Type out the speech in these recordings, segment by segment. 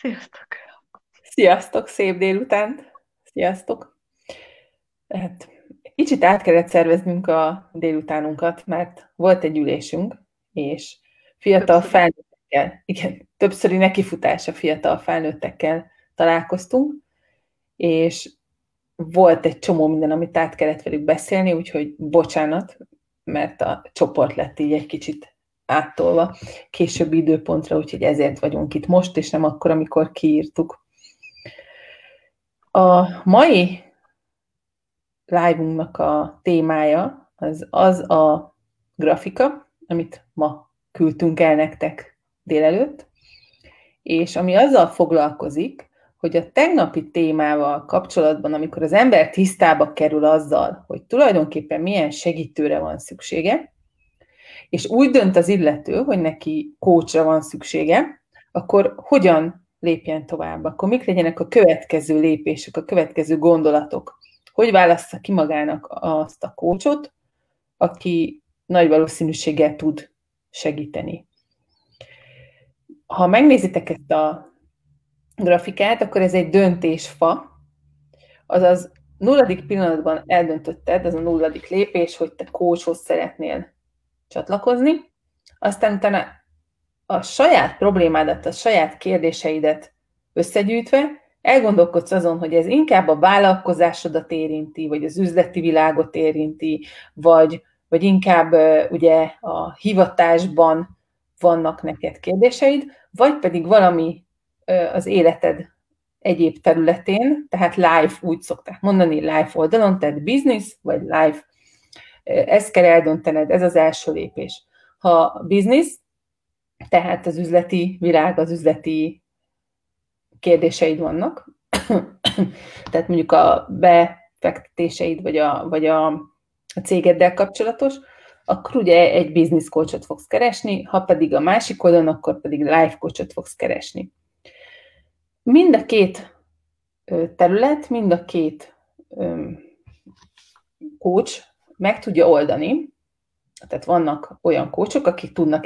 Sziasztok! Sziasztok, szép délutánt! Sziasztok! Hát, kicsit át kellett szerveznünk a délutánunkat, mert volt egy ülésünk, és fiatal Többször is. felnőttekkel, igen, többszöri nekifutása fiatal felnőttekkel találkoztunk, és volt egy csomó minden, amit át kellett velük beszélni, úgyhogy bocsánat, mert a csoport lett így egy kicsit áttolva későbbi időpontra, úgyhogy ezért vagyunk itt most, és nem akkor, amikor kiírtuk. A mai live-unknak a témája az a grafika, amit ma küldtünk el nektek délelőtt, és ami azzal foglalkozik, hogy a tegnapi témával kapcsolatban, amikor az ember tisztába kerül azzal, hogy tulajdonképpen milyen segítőre van szüksége, és úgy dönt az illető, hogy neki coachra van szüksége, akkor hogyan lépjen tovább? Akkor mik legyenek a következő lépések, a következő gondolatok? Hogy válassza ki magának azt a coachot, aki nagy valószínűséggel tud segíteni? Ha megnézitek ezt a grafikát, akkor ez egy döntésfa, azaz nulladik pillanatban eldöntötted, az a nulladik lépés, hogy te coachhoz szeretnél csatlakozni, aztán utána a saját problémádat, a saját kérdéseidet összegyűjtve elgondolkodsz azon, hogy ez inkább a vállalkozásodat érinti, vagy az üzleti világot érinti, vagy inkább ugye a hivatásban vannak neked kérdéseid, vagy pedig valami az életed egyéb területén, tehát live, úgy szokták mondani, live oldalon, tehát business, vagy live. Ezt kell eldöntened, ez az első lépés. Ha business, tehát az üzleti világ, az üzleti kérdéseid vannak, tehát mondjuk a befektetéseid, vagy a cégeddel kapcsolatos, akkor ugye egy business coachot fogsz keresni, ha pedig a másik oldalon, akkor pedig life coachot fogsz keresni. Mind a két terület, mind a két coach meg tudja oldani, tehát vannak olyan coachok, akik tudnak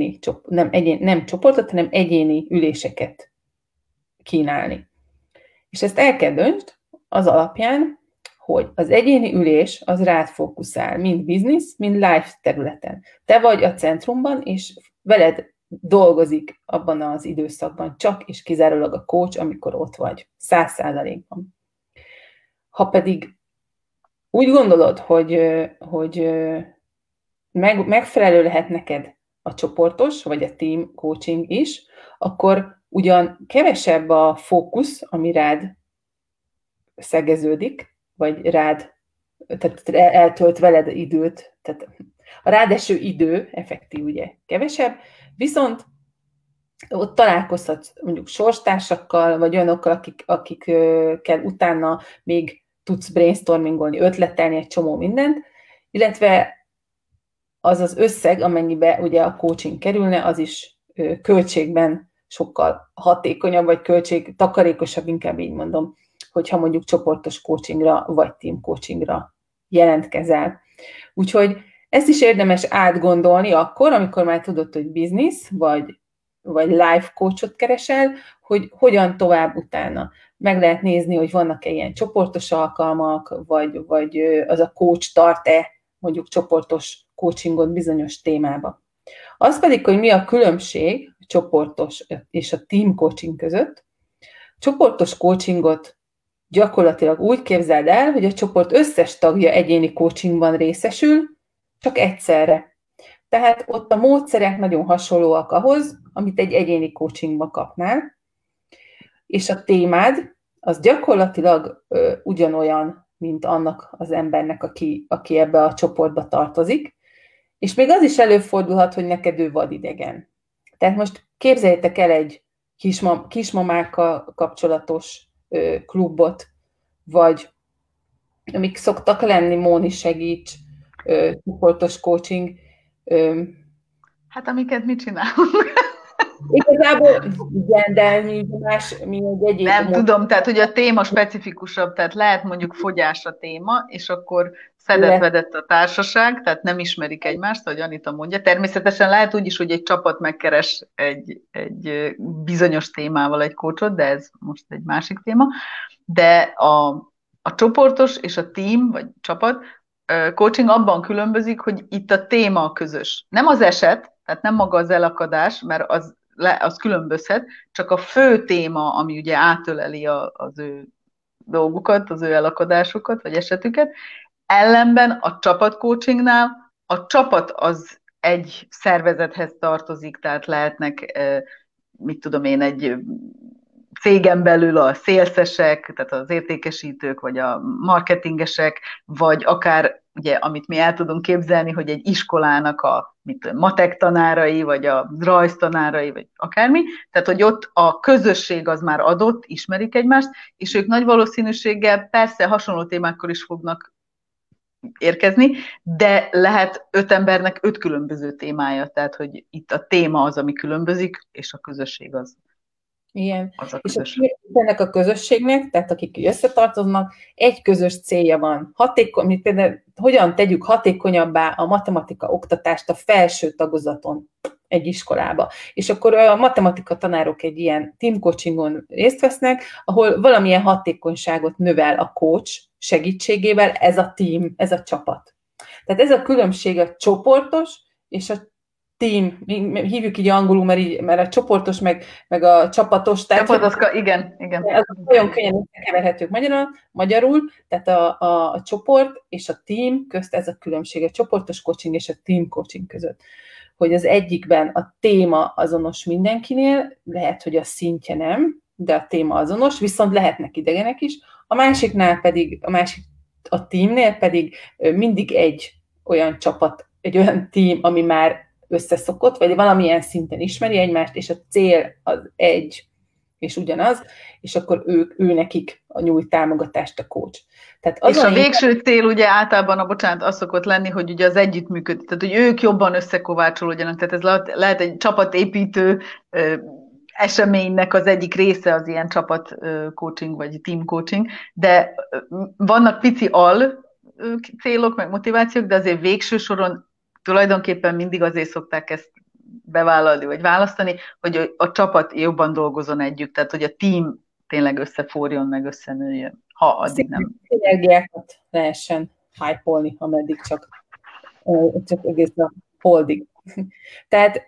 nem csoportot, hanem egyéni üléseket kínálni. És ezt el kell döntsd az alapján, hogy az egyéni ülés az rád fókuszál, mind business, mind life területen. Te vagy a centrumban, és veled dolgozik abban az időszakban csak és kizárólag a coach, amikor ott vagy, 100%-ban. Ha pedig úgy gondolod, hogy megfelelő lehet neked a csoportos, vagy a team coaching is, akkor ugyan kevesebb a fókusz, ami rád szegeződik, vagy tehát eltölt veled időt, tehát a rád eső idő effektív ugye kevesebb, viszont ott találkozhatsz mondjuk sorstársakkal, vagy olyanokkal, akikkel utána még tudsz brainstormingolni, ötletelni egy csomó mindent, illetve az az összeg, amennyibe ugye a coaching kerülne, az is költségben sokkal hatékonyabb, vagy költségtakarékosabb, inkább így mondom, hogyha mondjuk csoportos coachingra, vagy team coachingra jelentkezel. Úgyhogy ezt is érdemes átgondolni akkor, amikor már tudod, hogy business, vagy life coachot keresel, hogy hogyan tovább utána. Meg lehet nézni, hogy vannak-e ilyen csoportos alkalmak, vagy az a coach tart-e mondjuk csoportos coachingot bizonyos témába. Az pedig, hogy mi a különbség a csoportos és a team coaching között. Csoportos coachingot gyakorlatilag úgy képzeld el, hogy a csoport összes tagja egyéni coachingban részesül, csak egyszerre. Tehát ott a módszerek nagyon hasonlóak ahhoz, amit egy egyéni coachingba kapnál, és a témád az gyakorlatilag ugyanolyan, mint annak az embernek, aki ebbe a csoportba tartozik, és még az is előfordulhat, hogy neked ő vadidegen. Tehát most képzeljétek el egy kismamákkal kapcsolatos klubot, vagy amik szoktak lenni, Móni segíts, csoportos coaching. Hát amiket mi csinálunk. Igazából igen, de mi egy egyéb Nem tudom, tehát hogy a téma specifikusabb, tehát lehet mondjuk fogyás a téma, és akkor módszerek. szedett-vedett a társaság, tehát nem ismerik egymást, ahogy Anita mondja. Természetesen lehet úgy is, hogy egy csapat megkeres egy bizonyos témával egy coachot, de ez most egy másik téma. De a csoportos és a team, vagy csapat coaching abban különbözik, hogy itt a téma a közös. Nem az eset, tehát nem maga az elakadás, mert az különbözhet, csak a fő téma, ami ugye átöleli az ő dolgukat, az ő elakadásukat, vagy esetüket. Ellenben a csapatcoachingnál a csapat az egy szervezethez tartozik, tehát lehetnek, mit tudom én, egy cégen belül a szélszesek, tehát az értékesítők, vagy a marketingesek, vagy akár, ugye, amit mi el tudunk képzelni, hogy egy iskolának a matek tanárai, vagy a rajztanárai, vagy akármi, tehát, hogy ott a közösség az már adott, ismerik egymást, és ők nagy valószínűséggel persze hasonló témákkal is fognak érkezni, de lehet 5 embernek 5 különböző témája, tehát, hogy itt a téma az, ami különbözik, és a közösség Igen. az a És közös. ennek a közösségnek, tehát akik összetartoznak, egy közös célja van. Mint például, hogyan tegyük hatékonyabbá a matematika oktatást a felső tagozaton egy iskolába. És akkor a matematika tanárok egy ilyen team coachingon részt vesznek, ahol valamilyen hatékonyságot növel a coach segítségével ez a team, ez a csapat. Tehát ez a különbség a csoportos és a team, hívjuk így angolul, mert a csoportos, meg a csapatos, tehát Igen. az nagyon könnyen összekeverhetők magyarul, tehát a csoport és a team közt ez a különbség, a csoportos coaching és a team coaching között. Hogy az egyikben a téma azonos mindenkinél, lehet, hogy a szintje nem, de a téma azonos, viszont lehetnek idegenek is, a másiknál pedig, a teamnél pedig mindig egy olyan csapat, egy olyan team, ami már összeszokott, vagy valamilyen szinten ismeri egymást, és a cél az egy, és ugyanaz, és akkor ő nekik a nyújt támogatást a coach. Tehát az És a a lényeg, végső cél ugye általában, bocsánat, az szokott lenni, hogy ugye az együttműködés, tehát hogy ők jobban összekovácsolódjanak, tehát ez lehet egy csapatépítő eseménynek az egyik része az ilyen csapat coaching vagy team coaching, de vannak pici célok, meg motivációk, de azért végső soron tulajdonképpen mindig azért szokták ezt bevállalni, vagy választani, hogy a csapat jobban dolgozzon együtt, tehát hogy a team tényleg összeforjon, meg összenőjön, ha addig nem. szinergiákat lehessen hype-olni, ameddig csak egész a holdig. Tehát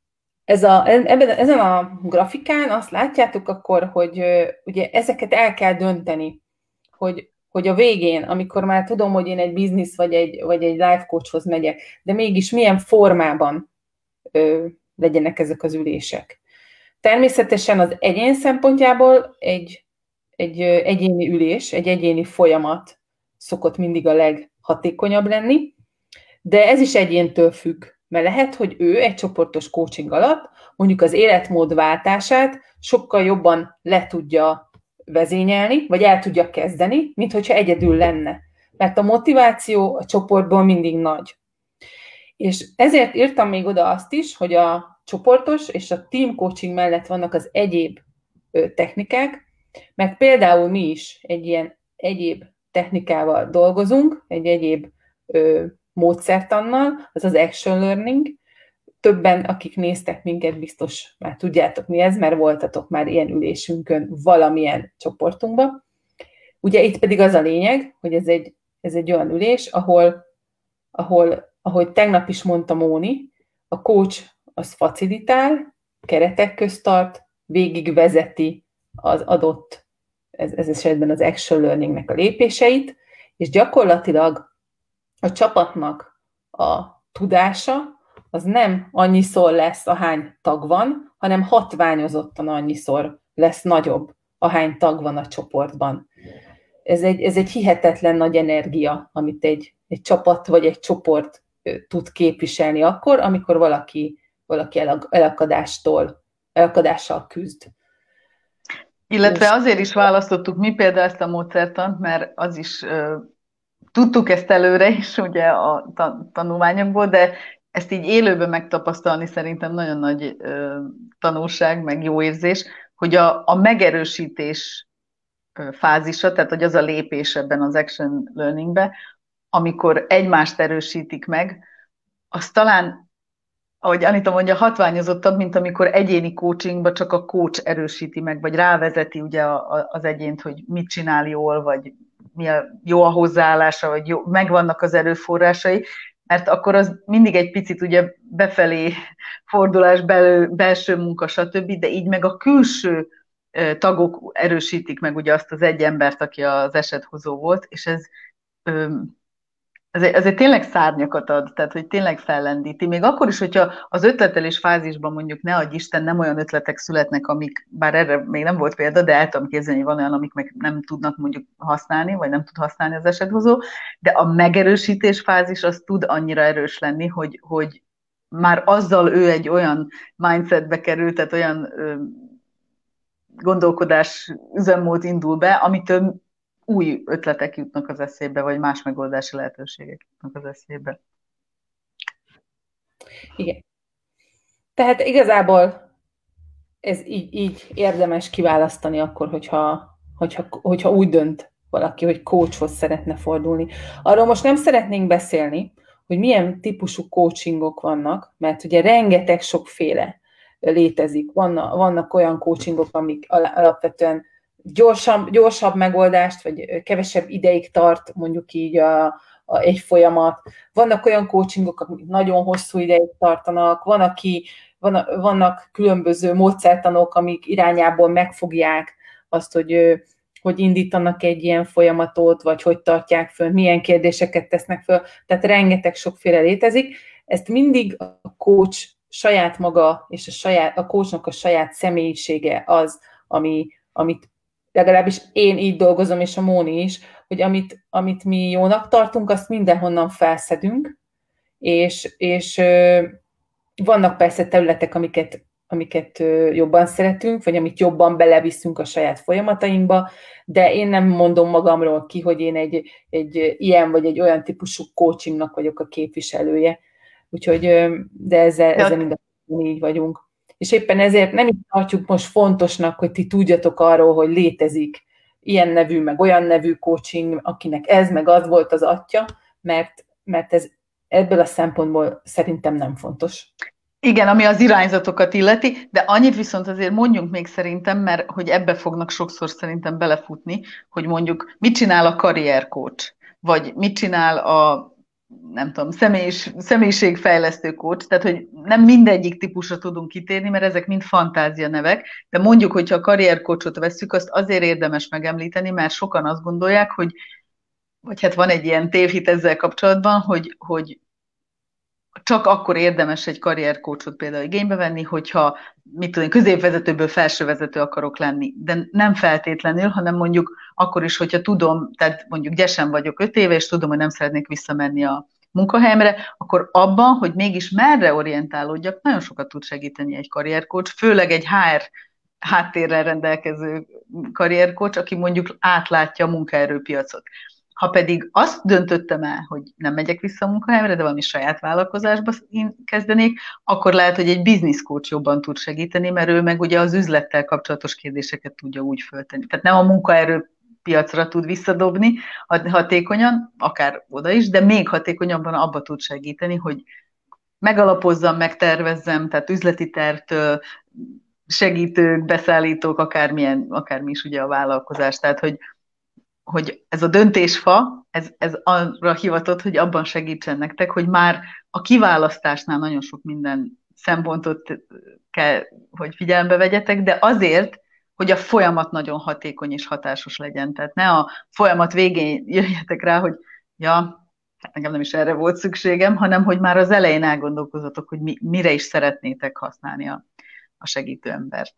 ezen a grafikán azt látjátok akkor, hogy ugye ezeket el kell dönteni, hogy a végén, amikor már tudom, hogy én egy biznisz vagy egy life coachhoz megyek, de mégis milyen formában legyenek ezek az ülések. Természetesen az egyén szempontjából egy egyéni ülés, egy egyéni folyamat szokott mindig a leghatékonyabb lenni, de ez is egyéntől függ, mert lehet, hogy ő egy csoportos coaching alatt mondjuk az életmódváltását sokkal jobban le tudja vezényelni, vagy el tudja kezdeni, mint hogyha egyedül lenne. Mert a motiváció a csoportból mindig nagy. És ezért írtam még oda azt is, hogy a csoportos és a team coaching mellett vannak az egyéb technikák, mert például mi is egy ilyen egyéb technikával dolgozunk, egy egyéb módszertannal, az az action learning. Többen, akik néztek minket, biztos már tudjátok mi ez, mert voltatok már ilyen ülésünkön valamilyen csoportunkban. Ugye itt pedig az a lényeg, hogy ez egy olyan ülés, ahogy tegnap is mondta Móni, a coach az facilitál, keretek közt tart, végigvezeti az adott, ez esetben az action learningnek a lépéseit, és gyakorlatilag a csapatnak a tudása az nem annyiszor lesz, ahány tag van, hanem hatványozottan annyiszor lesz nagyobb, ahány tag van a csoportban. Ez egy hihetetlen nagy energia, amit egy csapat vagy egy csoport tud képviselni akkor, amikor valaki elakadással küzd. Illetve azért is választottuk mi például ezt a módszertant, mert az is tudtuk ezt előre is ugye a tanulmányokból, de ezt így élőben megtapasztalni szerintem nagyon nagy tanulság, meg jó érzés, hogy a megerősítés fázisa, tehát hogy az a lépés ebben az action learningbe, amikor egymást erősítik meg, az talán, ahogy Anita mondja, hatványozottabb, mint amikor egyéni coachingban csak a coach erősíti meg, vagy rávezeti ugye az egyént, hogy mit csinál jól, vagy mi a jó a hozzáállása, vagy jó, megvannak az erőforrásai, mert akkor az mindig egy picit ugye befelé fordulás, belső munka, stb., de így meg a külső tagok erősítik meg ugye azt az egy embert, aki az esethozó volt, és ez tényleg szárnyakat ad, tehát hogy tényleg fellendíti. Még akkor is, hogyha az ötletelés fázisban mondjuk ne adj Isten, nem olyan ötletek születnek, amik, bár erre még nem volt példa, de el tudom képzelni, hogy van olyan, amik meg nem tudnak mondjuk használni, vagy nem tud használni az esethozó, de a megerősítés fázis az tud annyira erős lenni, hogy már azzal ő egy olyan mindsetbe kerül, tehát olyan gondolkodás üzemmód indul be, amitől új ötletek jutnak az eszébe, vagy más megoldási lehetőségek jutnak az eszébe. Igen. Tehát igazából ez így érdemes kiválasztani akkor, hogyha úgy dönt valaki, hogy coachhoz szeretne fordulni. Arról most nem szeretnénk beszélni, hogy milyen típusú coachingok vannak, mert ugye rengeteg sokféle létezik. Vannak olyan coachingok, amik alapvetően gyorsabb megoldást, vagy kevesebb ideig tart mondjuk így egy folyamat. Vannak olyan coachingok, amik nagyon hosszú ideig tartanak, vannak különböző módszertanok, amik irányából megfogják azt, hogy indítanak egy ilyen folyamatot, vagy hogy tartják föl, milyen kérdéseket tesznek föl. Tehát rengeteg sokféle létezik. Ezt mindig a coach saját maga, és a coachnak a saját személyisége az, amit legalábbis én így dolgozom, és a Móni is, hogy amit mi jónak tartunk, azt mindenhonnan felszedünk, és vannak persze területek, amiket jobban szeretünk, vagy amit jobban beleviszünk a saját folyamatainkba, de én nem mondom magamról ki, hogy én egy ilyen vagy egy olyan típusú coachingnak vagyok a képviselője. Úgyhogy, de ezzel mindenki így vagyunk. És éppen ezért nem is tartjuk most fontosnak, hogy ti tudjatok arról, hogy létezik ilyen nevű, meg olyan nevű coaching, akinek ez, meg az volt az atya, mert ez ebből a szempontból szerintem nem fontos. Igen, ami az irányzatokat illeti, de annyit viszont azért mondjunk még szerintem, mert hogy ebbe fognak sokszor szerintem belefutni, hogy mondjuk mit csinál a karriercoach, vagy mit csinál a nem tudom, személyiségfejlesztő coach, tehát hogy nem mindegyik típusra tudunk kitérni, mert ezek mind fantázia nevek, de mondjuk, hogyha a karriercoachot vesszük, azt azért érdemes megemlíteni, mert sokan azt gondolják, vagy hát van egy ilyen tévhit ezzel kapcsolatban, hogy csak akkor érdemes egy karriercoachot például igénybe venni, hogyha, mit tudom, középvezetőből felsővezető akarok lenni. De nem feltétlenül, hanem mondjuk akkor is, hogyha tudom, tehát mondjuk gyesen vagyok 5 éve, és tudom, hogy nem szeretnék visszamenni a munkahelyemre, akkor abban, hogy mégis merre orientálódjak, nagyon sokat tud segíteni egy karriercoach, főleg egy HR háttérrel rendelkező karriercoach, aki mondjuk átlátja a munkaerőpiacot. Ha pedig azt döntöttem el, hogy nem megyek vissza a munkahelyemre, de valami saját vállalkozásba kezdenék, akkor lehet, hogy egy business coach jobban tud segíteni, mert ő meg ugye az üzlettel kapcsolatos kérdéseket tudja úgy föltenni. Tehát nem a munkaerőpiacra tud visszadobni hatékonyan, akár oda is, de még hatékonyabban abba tud segíteni, hogy megalapozzam, megtervezzem, tehát üzleti tervtől, segítők, beszállítók, akármi is ugye a vállalkozás. Tehát, hogy ez a döntésfa, ez arra hivatott, hogy abban segítsen nektek, hogy már a kiválasztásnál nagyon sok minden szempontot kell, hogy figyelembe vegyetek, de azért, hogy a folyamat nagyon hatékony és hatásos legyen. Tehát ne a folyamat végén jöjjetek rá, hogy ja, hát nekem nem is erre volt szükségem, hanem hogy már az elején elgondolkozatok, hogy mire is szeretnétek használni a segítő embert.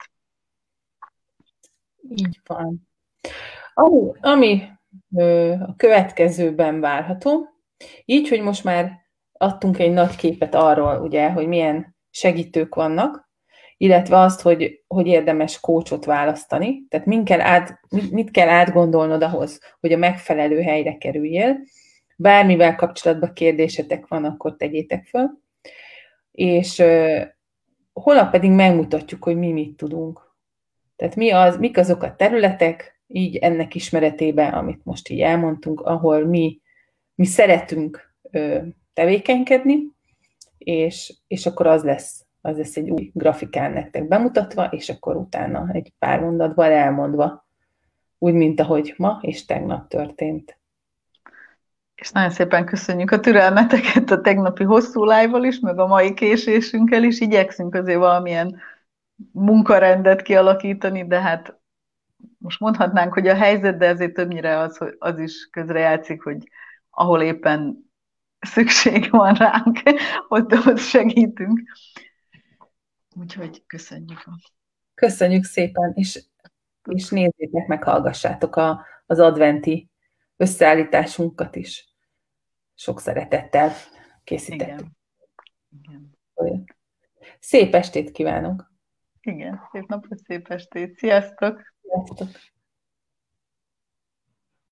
Így van. Ami a következőben várható, így, hogy most már adtunk egy nagy képet arról, ugye, hogy milyen segítők vannak, illetve azt, hogy érdemes coachot választani, tehát mit kell átgondolnod ahhoz, hogy a megfelelő helyre kerüljél. Bármivel kapcsolatban kérdésetek van, akkor tegyétek föl. és holnap pedig megmutatjuk, hogy mi mit tudunk. Tehát mik azok a területek, így ennek ismeretében, amit most így elmondtunk, ahol mi szeretünk tevékenykedni, és akkor az lesz egy új grafikán nektek bemutatva, és akkor utána egy pár mondatban elmondva, úgy, mint ahogy ma és tegnap történt. És nagyon szépen köszönjük a türelmeteket a tegnapi hosszú live-val is, meg a mai késésünkkel is. Igyekszünk azért valamilyen munkarendet kialakítani, de hát most mondhatnánk, hogy a helyzet, de ezért többnyire az is közrejátszik, hogy ahol éppen szükség van ránk, ott segítünk. Úgyhogy köszönjük. Köszönjük szépen, és nézzétek meg, hallgassátok az adventi összeállításunkat is. Sok szeretettel készítettük. Igen. Szép estét kívánok! Igen, szép napot, szép estét! Sziasztok! Sziasztok!